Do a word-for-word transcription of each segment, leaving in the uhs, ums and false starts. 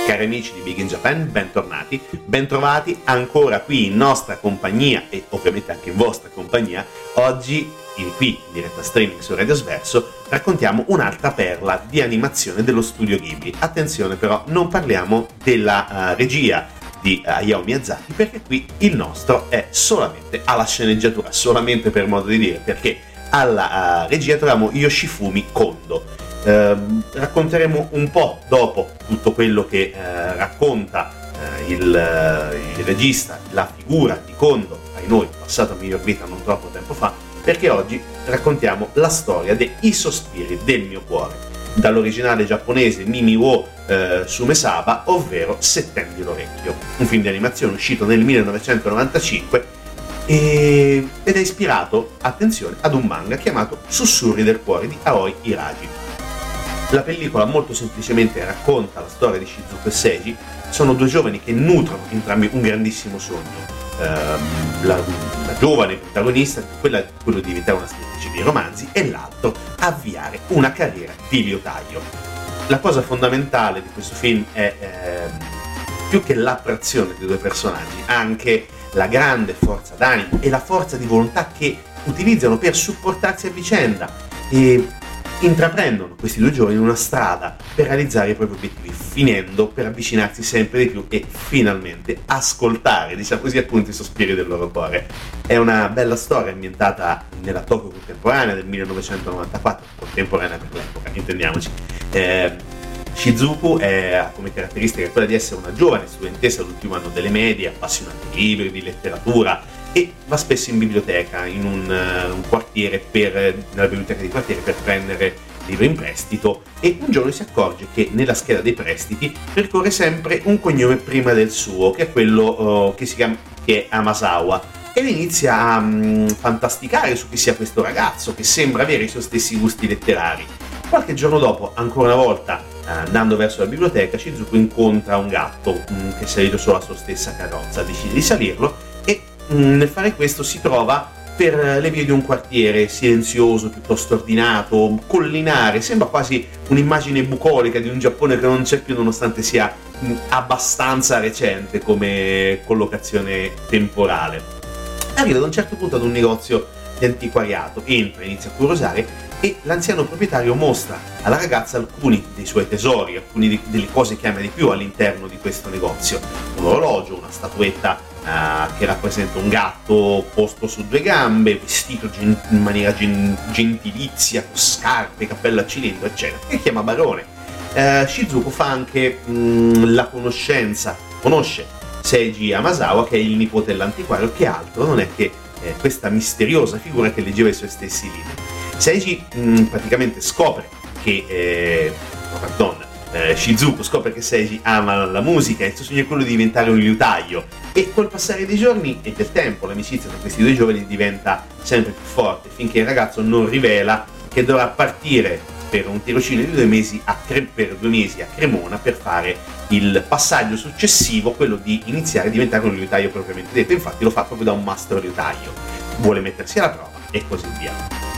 Cari amici di Big in Japan, bentornati, bentrovati ancora qui in nostra compagnia e ovviamente anche in vostra compagnia. Oggi, in qui in diretta streaming su Radio Sverso, raccontiamo un'altra perla di animazione dello studio Ghibli. Attenzione però, non parliamo della uh, regia di uh, Hayao Miyazaki, perché qui il nostro è solamente alla sceneggiatura, solamente per modo di dire, perché alla uh, regia troviamo Yoshifumi Kondo. Eh, racconteremo un po' dopo tutto quello che eh, racconta eh, il, il regista, la figura di Kondo, ai noi, passato a miglior vita non troppo tempo fa, perché oggi raccontiamo la storia dei I sospiri del mio cuore, dall'originale giapponese Mimi wo eh, Sumesaba, ovvero Settendi l'orecchio, un film di animazione uscito nel millenovecentonovantacinque e, ed è ispirato, attenzione, ad un manga chiamato Sussurri del cuore di Aoi Hiragi. La pellicola molto semplicemente racconta la storia di Shizuku e Seiji. Sono due giovani che nutrono entrambi un grandissimo sogno. Ehm, la, la giovane protagonista, quella, quello di diventare una scrittrice di romanzi, e l'altro avviare una carriera di liutaio. La cosa fondamentale di questo film è ehm, più che l'attrazione dei due personaggi, anche la grande forza d'animo e la forza di volontà che utilizzano per supportarsi a vicenda e intraprendono questi due giovani una strada per realizzare i propri obiettivi, finendo per avvicinarsi sempre di più e finalmente ascoltare, diciamo così, appunto i sospiri del loro cuore. È una bella storia ambientata nella Tokyo contemporanea del millenovecentonovantaquattro, contemporanea per l'epoca, intendiamoci. Eh, Shizuku è, ha come caratteristica quella di essere una giovane studentessa all'ultimo anno delle medie, appassionata di libri, di letteratura, e va spesso in biblioteca, in un, uh, un quartiere per, nella biblioteca di quartiere per prendere libri in prestito, e un giorno si accorge che nella scheda dei prestiti ricorre sempre un cognome prima del suo, che è quello uh, che si chiama che è Amasawa, ed inizia a um, fantasticare su chi sia questo ragazzo che sembra avere i suoi stessi gusti letterari. Qualche giorno dopo, ancora una volta, uh, andando verso la biblioteca, Shizuku incontra un gatto um, che è salito sulla sua stessa carrozza, decide di salirlo e nel fare questo si trova per le vie di un quartiere silenzioso, piuttosto ordinato, collinare, sembra quasi un'immagine bucolica di un Giappone che non c'è più nonostante sia abbastanza recente come collocazione temporale. Arriva ad un certo punto ad un negozio di antiquariato, entra, inizia a curiosare e l'anziano proprietario mostra alla ragazza alcuni dei suoi tesori, alcune delle cose che ama di più all'interno di questo negozio: un orologio, una statuetta Uh, che rappresenta un gatto posto su due gambe, vestito gen- in maniera gen- gentilizia, con scarpe, cappello a cilindro, eccetera, che chiama Barone. Uh, Shizuku fa anche mh, la conoscenza, conosce Seiji Amasawa, che è il nipote dell'antiquario, che altro non è che eh, questa misteriosa figura che leggeva i suoi stessi libri. Seiji mh, praticamente scopre che, eh, oh, pardon, eh, Shizuku scopre che Seiji ama la musica e il suo sogno è quello di diventare un liutaio, e col passare dei giorni e del tempo l'amicizia tra questi due giovani diventa sempre più forte, finché il ragazzo non rivela che dovrà partire per un tirocinio di due mesi a, Cre- per due mesi a Cremona per fare il passaggio successivo, quello di iniziare a diventare un liutaio propriamente detto. Infatti lo fa proprio da un mastro liutaio, vuole mettersi alla prova e così via.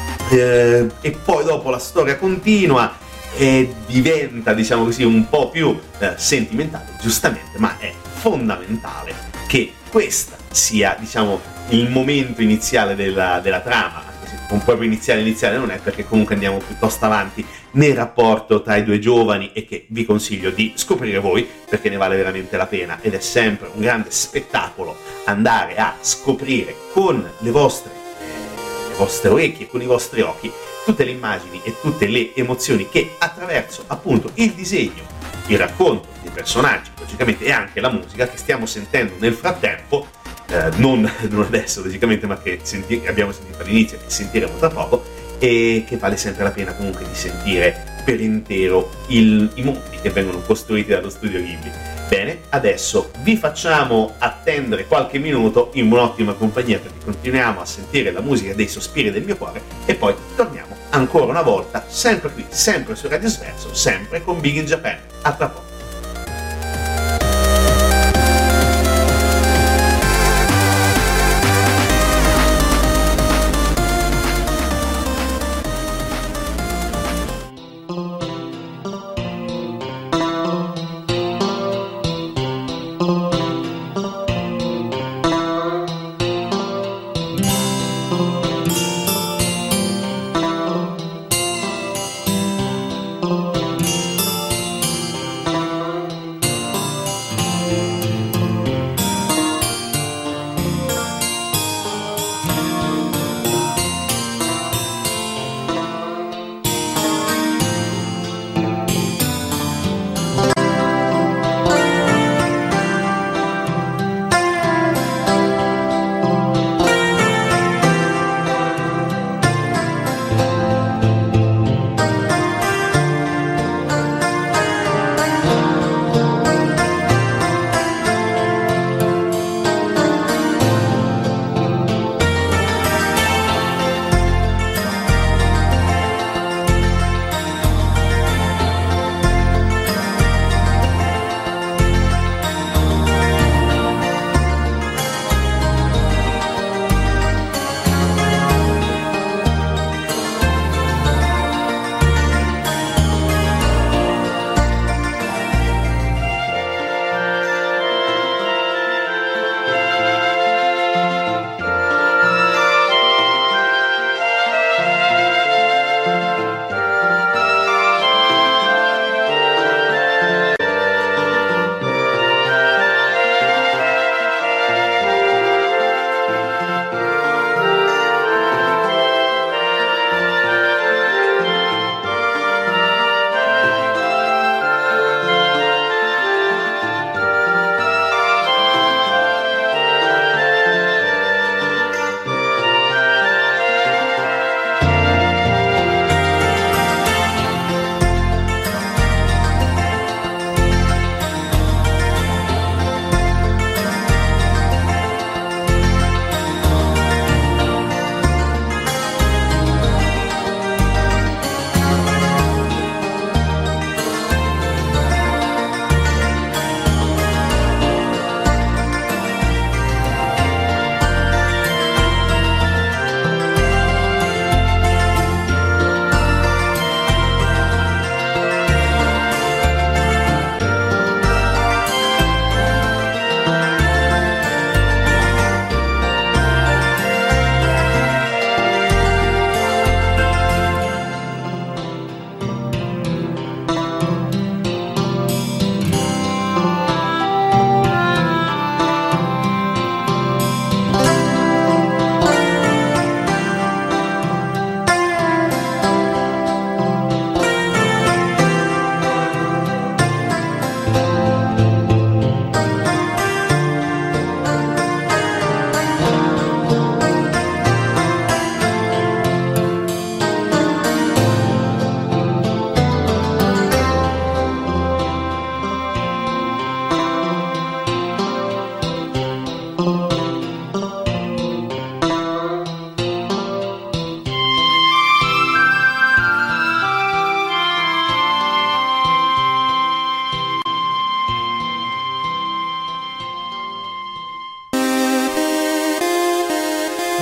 Eh, e poi dopo la storia continua e diventa, diciamo così, un po' più eh, sentimentale, giustamente, ma è fondamentale che questa sia, diciamo, il momento iniziale della, della trama, anche se un po' iniziale iniziale non è, perché comunque andiamo piuttosto avanti nel rapporto tra i due giovani, e che vi consiglio di scoprire voi, perché ne vale veramente la pena, ed è sempre un grande spettacolo andare a scoprire con le vostre, eh, le vostre orecchie, con i vostri occhi, tutte le immagini e tutte le emozioni che attraverso appunto il disegno, il racconto dei personaggi, logicamente, e anche la musica che stiamo sentendo nel frattempo, eh, non, non adesso logicamente, ma che senti- abbiamo sentito all'inizio e che sentiremo tra poco, e che vale sempre la pena comunque di sentire per intero il, i mondi che vengono costruiti dallo studio Ghibli. Bene, adesso vi facciamo attendere qualche minuto in un'ottima compagnia, perché continuiamo a sentire la musica dei sospiri del mio cuore e poi torniamo ancora una volta, sempre qui, sempre su Radio Sverso, sempre con Big in Japan. A tra poco.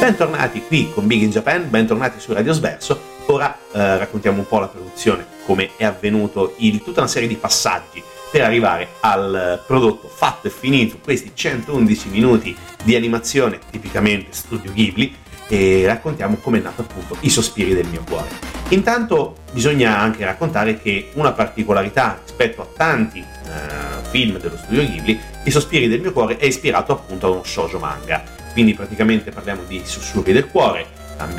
Bentornati qui con Big in Japan, bentornati su Radio Sverso. Ora eh, raccontiamo un po' la produzione, come è avvenuto, in tutta una serie di passaggi per arrivare al prodotto fatto e finito, questi centoundici minuti di animazione tipicamente Studio Ghibli, e raccontiamo come è nato appunto I sospiri del mio cuore. Intanto bisogna anche raccontare che una particolarità rispetto a tanti eh, film dello Studio Ghibli, I sospiri del mio cuore è ispirato appunto a uno shoujo manga. Quindi praticamente parliamo di Sussurri del cuore,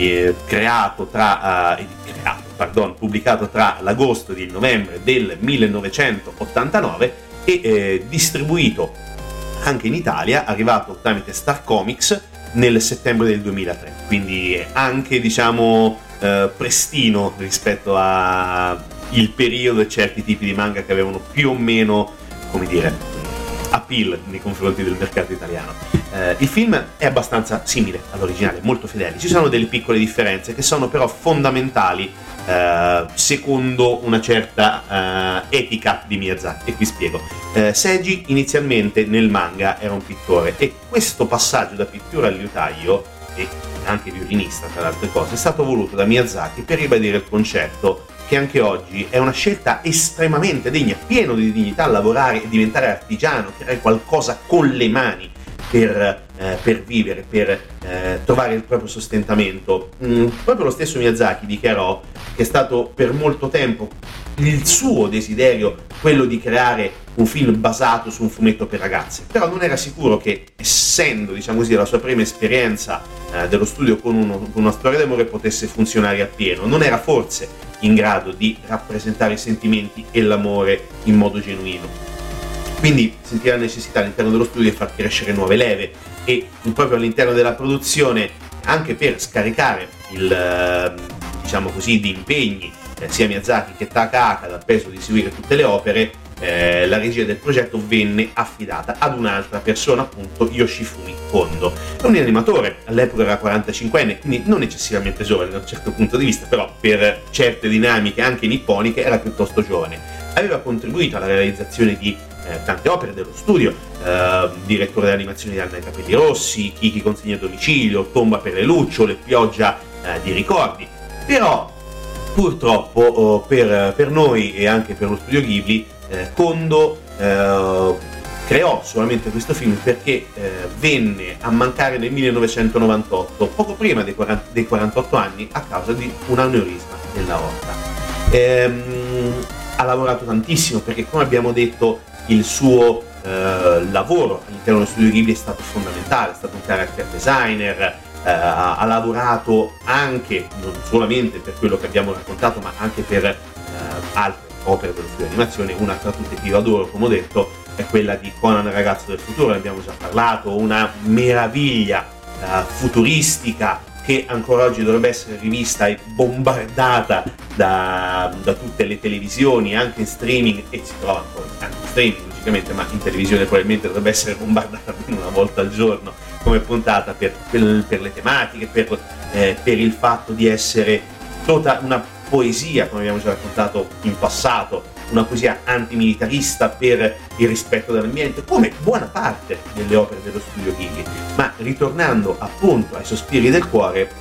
creato tra, uh, creato, pardon, pubblicato tra l'agosto e il novembre del millenovecentottantanove e eh, distribuito anche in Italia, arrivato tramite Star Comics nel settembre del duemilatré. Quindi anche, diciamo, eh, prestino rispetto al periodo e certi tipi di manga che avevano più o meno, come dire, appeal nei confronti del mercato italiano. Eh, il film è abbastanza simile all'originale, molto fedele. Ci sono delle piccole differenze che sono però fondamentali eh, secondo una certa eh, etica di Miyazaki, e qui spiego. Eh, Seiji inizialmente nel manga era un pittore, e questo passaggio da pittura a liutaio, e anche violinista tra le altre cose, è stato voluto da Miyazaki per ribadire il concetto che anche oggi è una scelta estremamente degna, pieno di dignità, lavorare e diventare artigiano, creare qualcosa con le mani per, eh, per vivere, per eh, trovare il proprio sostentamento. Mm, proprio lo stesso Miyazaki dichiarò che è stato per molto tempo il suo desiderio quello di creare un film basato su un fumetto per ragazze, però non era sicuro che, essendo, diciamo così, la sua prima esperienza eh, dello studio con, uno, con una storia d'amore, potesse funzionare appieno. Non era forse in grado di rappresentare i sentimenti e l'amore in modo genuino. Quindi sentiva la necessità all'interno dello studio di far crescere nuove leve, e proprio all'interno della produzione, anche per scaricare il, diciamo così, di impegni eh, sia Miyazaki che Takahata dal peso di seguire tutte le opere, eh, la regia del progetto venne affidata ad un'altra persona, appunto Yoshifumi Kondo. È un animatore, all'epoca era quarantacinquenne, quindi non eccessivamente giovane da un certo punto di vista, però per certe dinamiche anche nipponiche era piuttosto giovane. Aveva contribuito alla realizzazione di eh, tante opere dello studio, eh, direttore dell'animazione di Anna i capelli rossi, Kiki consegna a domicilio, Tomba per le lucciole, Pioggia eh, di ricordi. Però purtroppo oh, per, per noi e anche per lo studio Ghibli, eh, Kondo eh, creò solamente questo film perché eh, venne a mancare nel millenovecentonovantotto, poco prima dei, quaranta, dei quarantotto anni, a causa di un aneurisma dell'aorta. Ehm, ha lavorato tantissimo perché, come abbiamo detto, il suo eh, lavoro all'interno dello studio Ghibli è stato fondamentale, è stato un character designer, eh, ha, ha lavorato anche, non solamente per quello che abbiamo raccontato, ma anche per eh, altre opere dello studio di animazione. Una tra tutte che io adoro, come ho detto, è quella di Conan ragazzo del futuro, ne abbiamo già parlato, una meraviglia uh, futuristica che ancora oggi dovrebbe essere rivista e bombardata da, da tutte le televisioni, anche in streaming, e si trova ancora anche in streaming logicamente, ma in televisione probabilmente dovrebbe essere bombardata almeno una volta al giorno come puntata, per, per, per le tematiche, per, eh, per il fatto di essere tutta una poesia, come abbiamo già raccontato in passato, una poesia antimilitarista per il rispetto dell'ambiente, come buona parte delle opere dello studio Ghibli. Ma ritornando appunto ai sospiri del cuore, eh,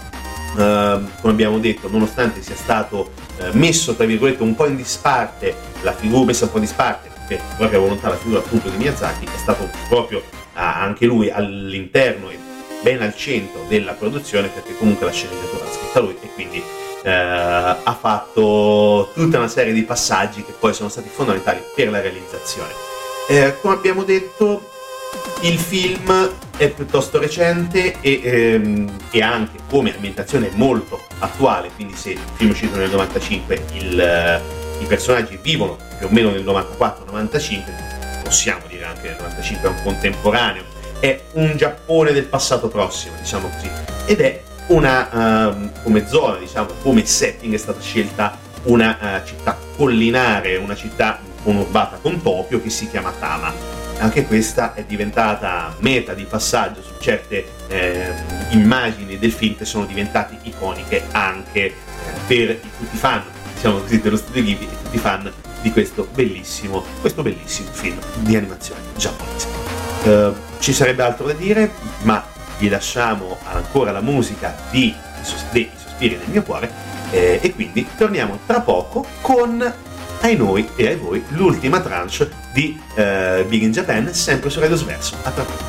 come abbiamo detto, nonostante sia stato eh, messo tra virgolette un po' in disparte, la figura messa un po' in disparte per propria volontà, la figura appunto di Miyazaki, è stato proprio eh, anche lui all'interno e ben al centro della produzione, perché comunque la sceneggiatura l'ha scritta lui, e quindi Uh, ha fatto tutta una serie di passaggi che poi sono stati fondamentali per la realizzazione. Uh, come abbiamo detto, il film è piuttosto recente e, ehm, e anche come ambientazione molto attuale, quindi se il film è uscito nel novantacinque, il, uh, i personaggi vivono più o meno nel novantaquattro novantacinque, possiamo dire anche nel novantacinque, è un contemporaneo, è un Giappone del passato prossimo, diciamo così, ed è una, uh, come zona, diciamo, come setting è stata scelta una uh, città collinare, una città conurbata con Tokyo che si chiama Tama. Anche questa è diventata meta di passaggio su certe eh, immagini del film che sono diventate iconiche anche eh, per tutti i fan, diciamo così, dello studio Ghibli e tutti i fan di questo bellissimo, questo bellissimo film di animazione giapponese. Uh, ci sarebbe altro da dire, ma vi lasciamo ancora la musica di dei Sospiri nel mio cuore, eh, e quindi torniamo tra poco con, ai noi e ai voi, l'ultima tranche di eh, Big in Japan, sempre su Radio Sverso. A tra poco.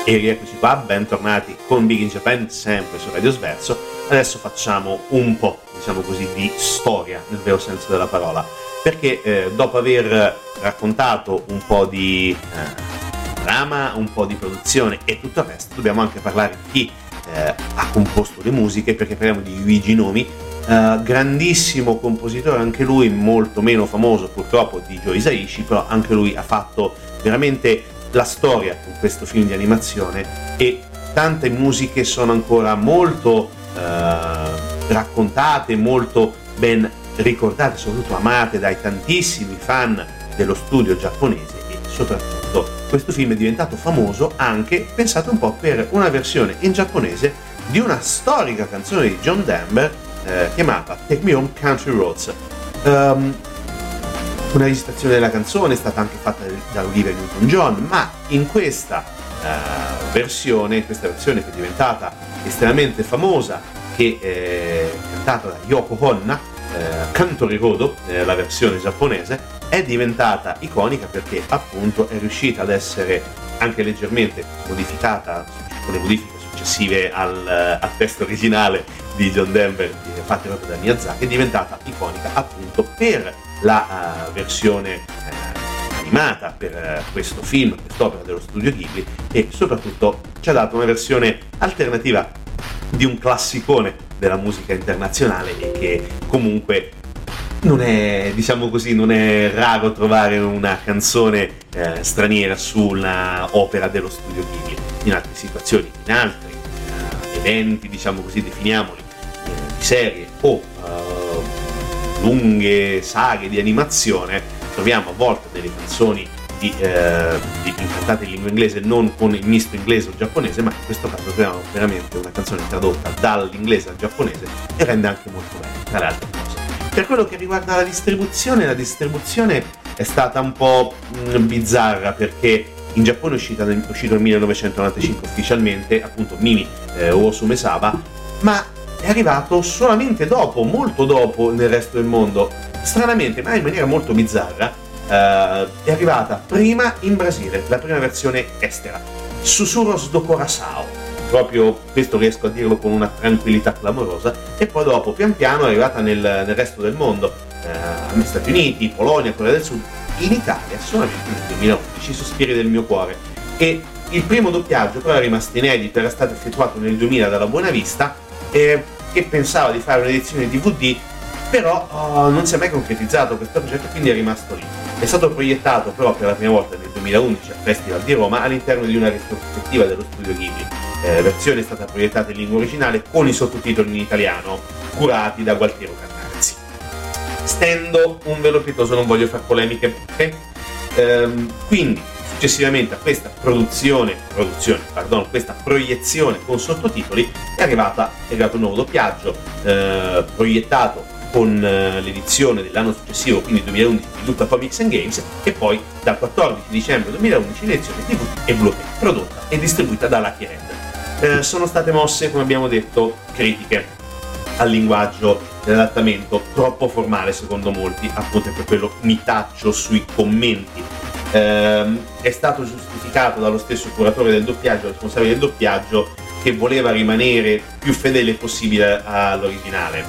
E rieccoci qua, bentornati con Big in Japan, sempre su Radio Sverso. Adesso facciamo un po', diciamo così, di storia, nel vero senso della parola, perché eh, dopo aver raccontato un po' di eh, drama, un po' di produzione e tutto il resto, dobbiamo anche parlare di chi eh, ha composto le musiche, perché parliamo di Yuji Nomi, eh, grandissimo compositore, anche lui molto meno famoso purtroppo di Joe Hisaishi, però anche lui ha fatto veramente la storia con questo film di animazione e tante musiche sono ancora molto eh, raccontate, molto ben ricordate, soprattutto amate dai tantissimi fan dello studio giapponese, e soprattutto questo film è diventato famoso anche, pensate un po', per una versione in giapponese di una storica canzone di John Denver eh, chiamata Take Me Home Country Roads. Um, Una registrazione della canzone è stata anche fatta da Olivia Newton-John, ma in questa uh, versione, questa versione che è diventata estremamente famosa, che è cantata da Yoko Onna, eh, Kantori Rodo, eh, la versione giapponese, è diventata iconica perché appunto è riuscita ad essere anche leggermente modificata con le modifiche successive al, al testo originale di John Denver, fatte proprio da Miyazaki. È diventata iconica appunto per la uh, versione uh, animata, per uh, questo film, quest'opera dello studio Ghibli, e soprattutto ci ha dato una versione alternativa di un classicone della musica internazionale, e che comunque non è, diciamo così, non è raro trovare una canzone eh, straniera su una opera dello studio Ghibli. In altre situazioni, in altri uh, eventi, diciamo così, definiamoli, eh, di serie o uh, lunghe saghe di animazione, troviamo a volte delle canzoni di, eh, di, cantate in lingua inglese, non con il misto inglese o giapponese, ma in questo caso troviamo veramente una canzone tradotta dall'inglese al giapponese e rende anche molto bene, tra le altre cose. Per quello che riguarda la distribuzione, la distribuzione è stata un po' mh, bizzarra, perché in Giappone è uscita nel, è uscito nel millenovecentonovantacinque ufficialmente, appunto Mimi eh, Osume Saba, ma è arrivato solamente dopo, molto dopo nel resto del mondo. Stranamente, ma in maniera molto bizzarra, eh, è arrivata prima in Brasile, la prima versione estera, Susurros do Coração, proprio questo riesco a dirlo con una tranquillità clamorosa, e poi dopo pian piano è arrivata nel, nel resto del mondo, eh, negli Stati Uniti, Polonia, Corea del Sud, in Italia solamente nel duemilaundici, Sospiri del mio cuore. E il primo doppiaggio però è rimasto inedito, era stato effettuato nel duemila dalla Buona Vista, eh, che pensava di fare un'edizione D V D, però oh, non si è mai concretizzato questo progetto, quindi è rimasto lì. È stato proiettato però per la prima volta nel duemilaundici al Festival di Roma all'interno di una retrospettiva dello studio Ghibli. Eh, la versione è stata proiettata in lingua originale con i sottotitoli in italiano, curati da Gualtiero Cannazzi. Stendo un velo pietoso, non voglio fare polemiche, ok? Ehm, quindi successivamente a questa produzione, produzione, pardon, questa proiezione con sottotitoli è arrivata, è arrivato un nuovo doppiaggio eh, proiettato con eh, l'edizione dell'anno successivo, quindi duemilaundici, di Luca Comics and Games, e poi dal quattordici dicembre duemilaundici l'edizione D V D e Blu-ray, prodotta e distribuita da Lucky Hand. Eh, sono state mosse, come abbiamo detto, critiche al linguaggio dell'adattamento, troppo formale secondo molti, appunto per quello mi taccio sui commenti. Eh, è stato giustificato dallo stesso curatore del doppiaggio, responsabile del doppiaggio, che voleva rimanere più fedele possibile all'originale.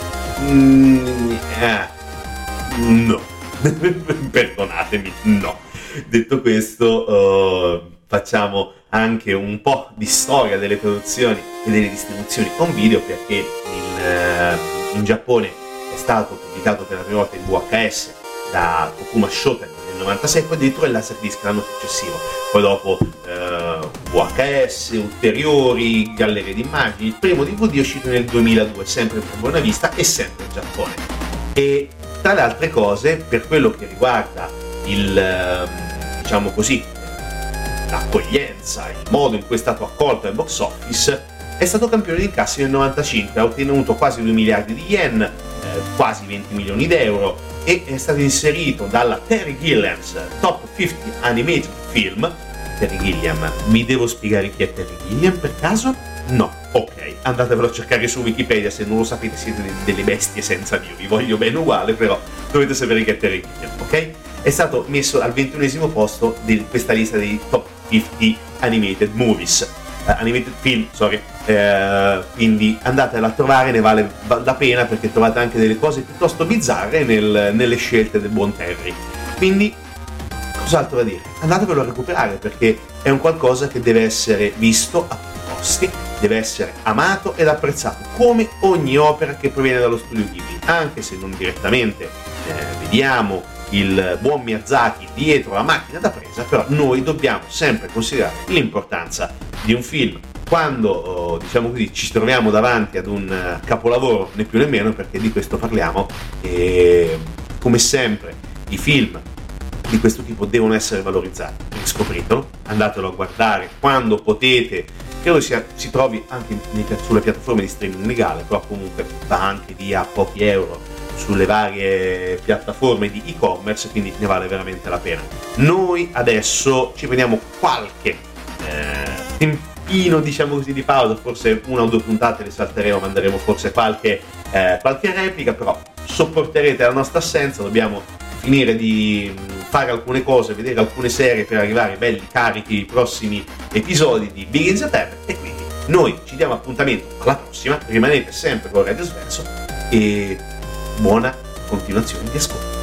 Mm, eh, no, perdonatemi, no. Detto questo, uh, facciamo anche un po' di storia delle produzioni e delle distribuzioni con video, perché in, uh, in Giappone è stato pubblicato per la prima volta in V H S da Tokuma Shoten nel novantasei, poi addirittura il Laserdisc l'anno successivo, poi dopo uh, V H S, ulteriori gallerie di immagini. Il primo D V D è uscito nel duemiladue, sempre per Buona Vista e sempre in Giappone. E tra le altre cose, per quello che riguarda il, diciamo così, l'accoglienza, il modo in cui è stato accolto al box office, è stato campione di incassi nel novantacinque, ha ottenuto quasi due miliardi di yen, eh, quasi venti milioni di euro, e è stato inserito dalla Terry Gilliam's Top cinquanta Animated Film. Terry Gilliam, mi devo spiegare chi è Terry Gilliam per caso? No, ok, andatevelo a cercare su Wikipedia, se non lo sapete siete delle bestie senza Dio, vi voglio bene uguale, però dovete sapere chi è Terry Gilliam, ok? È stato messo al ventunesimo posto di questa lista dei top cinquanta Animated Movies, uh, Animated Film, sorry, uh, quindi andatela a trovare, ne vale la pena perché trovate anche delle cose piuttosto bizzarre nel, nelle scelte del buon Terry. Quindi cos'altro da dire? Andatevelo a recuperare perché è un qualcosa che deve essere visto a tutti i costi, deve essere amato ed apprezzato come ogni opera che proviene dallo studio Ghibli, anche se non direttamente eh, vediamo il buon Miyazaki dietro la macchina da presa, però noi dobbiamo sempre considerare l'importanza di un film quando, diciamo così, ci troviamo davanti ad un capolavoro, né più né meno, perché di questo parliamo. E come sempre i film di questo tipo devono essere valorizzati. Riscopritelo, andatelo a guardare quando potete, credo sia, si trovi anche sulle piattaforme di streaming legale, però comunque va anche via a pochi euro sulle varie piattaforme di e-commerce, quindi ne vale veramente la pena. Noi adesso ci prendiamo qualche eh, tempino, diciamo così, di pausa, forse una o due puntate le salteremo, manderemo forse qualche, eh, qualche replica, però sopporterete la nostra assenza, dobbiamo finire di fare alcune cose, vedere alcune serie per arrivare belli carichi i prossimi episodi di Big in Japan, e quindi noi ci diamo appuntamento alla prossima. Rimanete sempre con Radio Sverso e buona continuazione di ascolto.